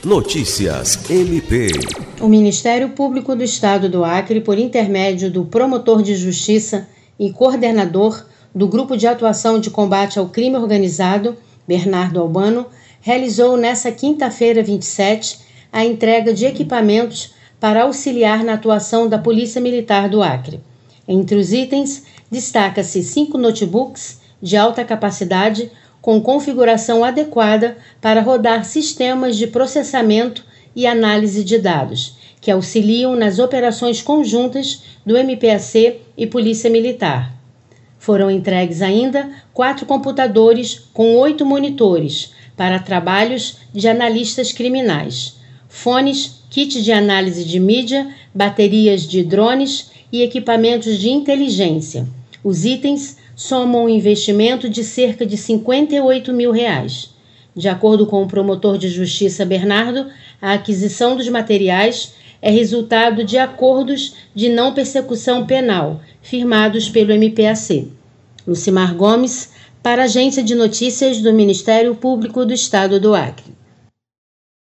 Notícias MP. O Ministério Público do Estado do Acre, por intermédio do promotor de justiça e coordenador do Grupo de Atuação de Combate ao Crime Organizado, Bernardo Albano, realizou nesta quinta-feira, 27, a entrega de equipamentos para auxiliar na atuação da Polícia Militar do Acre. Entre os itens, destaca-se 5 notebooks de alta capacidade com configuração adequada para rodar sistemas de processamento e análise de dados, que auxiliam nas operações conjuntas do MPAC e Polícia Militar. Foram entregues ainda 4 computadores com 8 monitores para trabalhos de analistas criminais, fones, kit de análise de mídia, baterias de drones e equipamentos de inteligência. Os itens somam um investimento de cerca de R$58 mil. De acordo com o promotor de justiça Bernardo, a aquisição dos materiais é resultado de acordos de não persecução penal firmados pelo MPAC. Lucimar Gomes, para a Agência de Notícias do Ministério Público do Estado do Acre.